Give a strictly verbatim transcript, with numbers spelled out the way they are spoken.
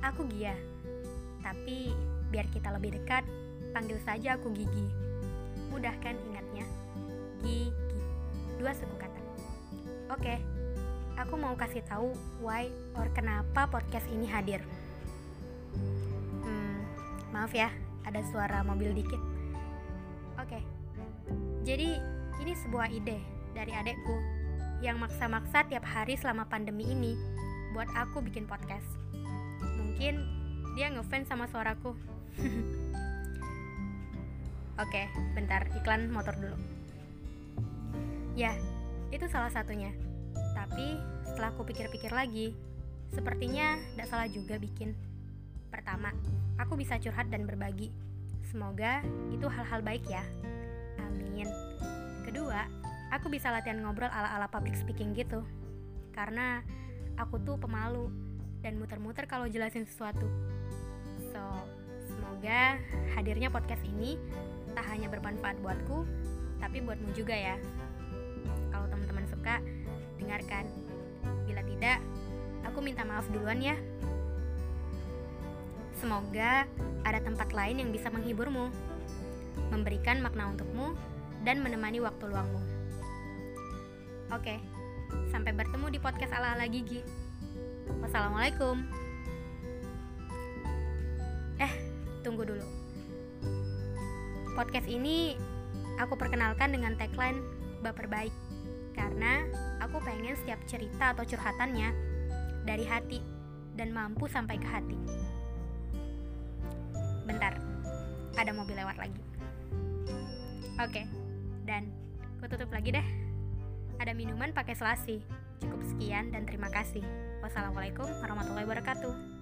Aku Gia. Tapi biar kita lebih dekat, panggil saja aku Gigi. Mudah kan ingatnya? Gigi. Dua suku kata. Oke. Aku mau kasih tahu why or kenapa podcast ini hadir. Hmm, maaf ya, ada suara mobil dikit. Oke. Jadi, ini sebuah ide dari adekku yang maksa-maksa tiap hari selama pandemi ini buat aku bikin podcast. Mungkin dia ngefans sama suaraku. Oke, bentar, iklan motor dulu. Ya, itu salah satunya. Tapi setelah aku pikir-pikir lagi, sepertinya gak salah juga bikin. Pertama, aku bisa curhat dan berbagi. Semoga itu hal-hal baik ya. Amin. Kedua, aku bisa latihan ngobrol ala-ala public speaking gitu. Karena aku tuh pemalu dan muter-muter kalau jelasin sesuatu. So, semoga hadirnya podcast ini tak hanya bermanfaat buatku, tapi buatmu juga ya. Kalau teman-teman suka, dengarkan. Bila tidak, aku minta maaf duluan ya. Semoga ada tempat lain yang bisa menghiburmu, memberikan makna untukmu, dan menemani waktu luangmu. Oke, sampai bertemu di podcast ala-ala Gigi. Wassalamualaikum. Eh, tunggu dulu. Podcast ini aku perkenalkan dengan tagline Baper Baik, karena aku pengen setiap cerita atau curhatannya dari hati dan mampu sampai ke hati. Bentar, ada mobil lewat lagi. Oke, dan aku tutup lagi deh. Ada minuman pakai selasi. Cukup sekian dan terima kasih. Wassalamualaikum warahmatullahi wabarakatuh.